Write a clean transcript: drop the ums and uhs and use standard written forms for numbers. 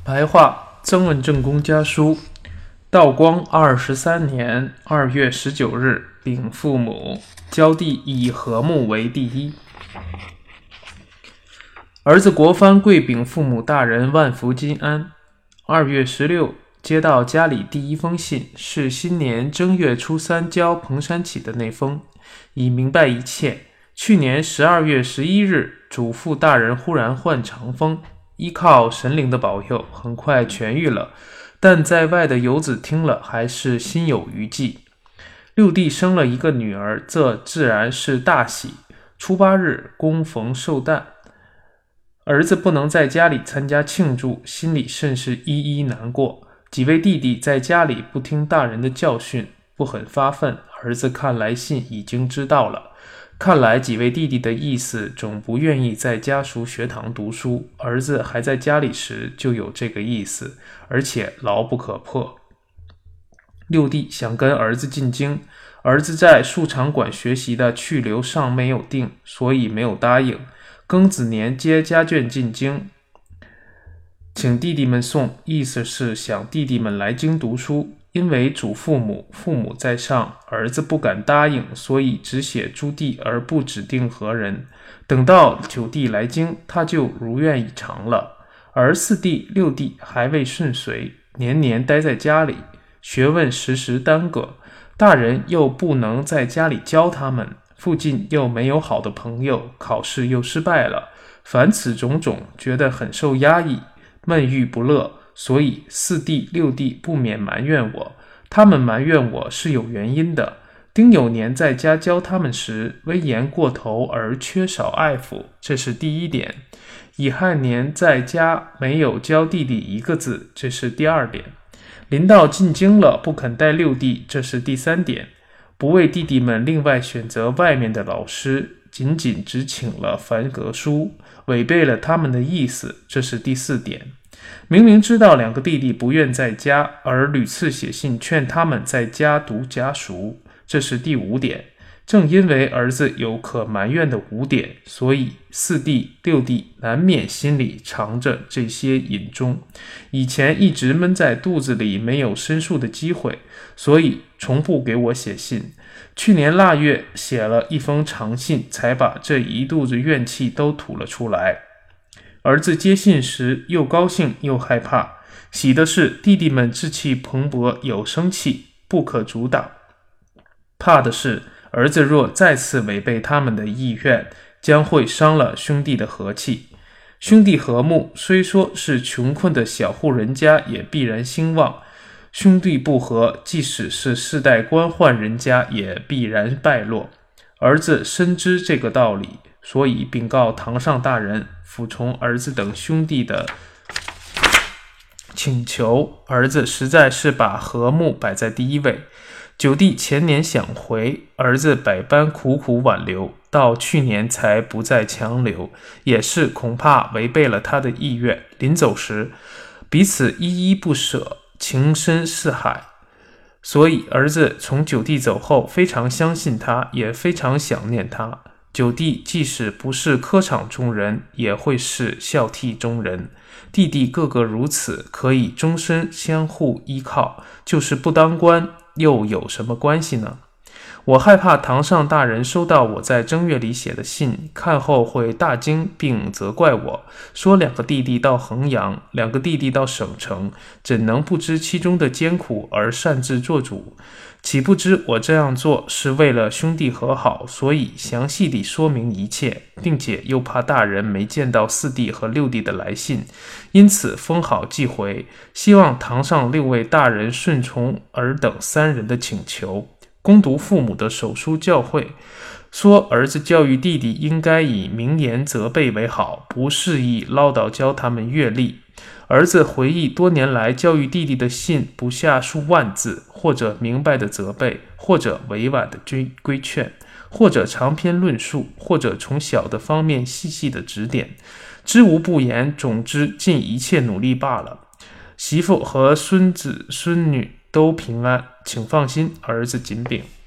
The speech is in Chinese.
白话曾文正公家书，道光23年2月19日，禀父母，交地以和睦为第一。儿子国藩跪禀父母大人万福金安。2月16接到家里第一封信，是新年正月初3交彭山起的那封，已明白一切。去年12月11日，主父大人忽然患长风，依靠神灵的保佑，很快痊愈了，但在外的游子听了还是心有余悸。六弟生了一个女儿，这自然是大喜。初8日恭逢寿诞，儿子不能在家里参加庆祝，心里甚是依依难过。几位弟弟在家里不听大人的教训，不很发愤。儿子看来信已经知道了，看来几位弟弟的意思总不愿意在家塾学堂读书，儿子还在家里时就有这个意思，而且牢不可破。六弟想跟儿子进京，儿子在树场馆学习的去留尚没有定，所以没有答应。庚子年接家眷进京，请弟弟们送，意思是想弟弟们来京读书。因为祖父母父母在上，儿子不敢答应，所以只写诸弟而不指定何人。等到九弟来京，他就如愿以偿了。而四弟六弟还未顺遂，年年待在家里，学问时时耽搁，大人又不能在家里教他们，附近又没有好的朋友，考试又失败了，凡此种种，觉得很受压抑，闷郁不乐，所以四弟六弟不免埋怨我。他们埋怨我是有原因的。丁酉年在家教他们时，威严过头而缺少爱抚，这是第一点。乙亥年在家没有教弟弟一个字，这是第二点。临到进京了，不肯带六弟，这是第三点。不为弟弟们另外选择外面的老师，仅仅只请了梵阁书，违背了他们的意思，这是第四点。明明知道两个弟弟不愿在家，而屡次写信劝他们在家读家塾，这是第五点。正因为儿子有可埋怨的五点，所以四弟六弟难免心里藏着这些隐衷，以前一直闷在肚子里，没有申诉的机会，所以从不给我写信。去年腊月写了一封长信，才把这一肚子怨气都吐了出来。儿子接信时又高兴又害怕，喜的是弟弟们志气蓬勃，有生气，不可阻挡；怕的是儿子若再次违背他们的意愿，将会伤了兄弟的和气。兄弟和睦，虽说是穷困的小户人家，也必然兴旺；兄弟不和，即使是世代官宦人家，也必然败落。儿子深知这个道理，所以禀告堂上大人，服从儿子等兄弟的请求。儿子实在是把和睦摆在第一位。九弟前年想回，儿子百般苦苦挽留，到去年才不再强留，也是恐怕违背了他的意愿。临走时彼此依依不舍，情深似海，所以儿子从九弟走后非常相信他，也非常想念他。九弟即使不是科场中人，也会是孝悌中人。弟弟个个如此，可以终身相互依靠，就是不当官，又有什么关系呢？我害怕堂上大人收到我在正月里写的信，看后会大惊，并责怪我，说两个弟弟到衡阳，两个弟弟到省城，怎能不知其中的艰苦而擅自做主？岂不知我这样做是为了兄弟和好，所以详细地说明一切，并且又怕大人没见到四弟和六弟的来信，因此封好寄回，希望堂上六位大人顺从尔等三人的请求，恭读父母的手书教诲，说儿子教育弟弟应该以明言责备为好，不适宜唠叨教他们阅历。儿子回忆多年来教育弟弟的信不下数万字，或者明白的责备，或者委婉的规劝，或者长篇论述，或者从小的方面细细的指点，知无不言，总之尽一切努力罢了。媳妇和孙子孙女都平安，请放心，儿子谨禀。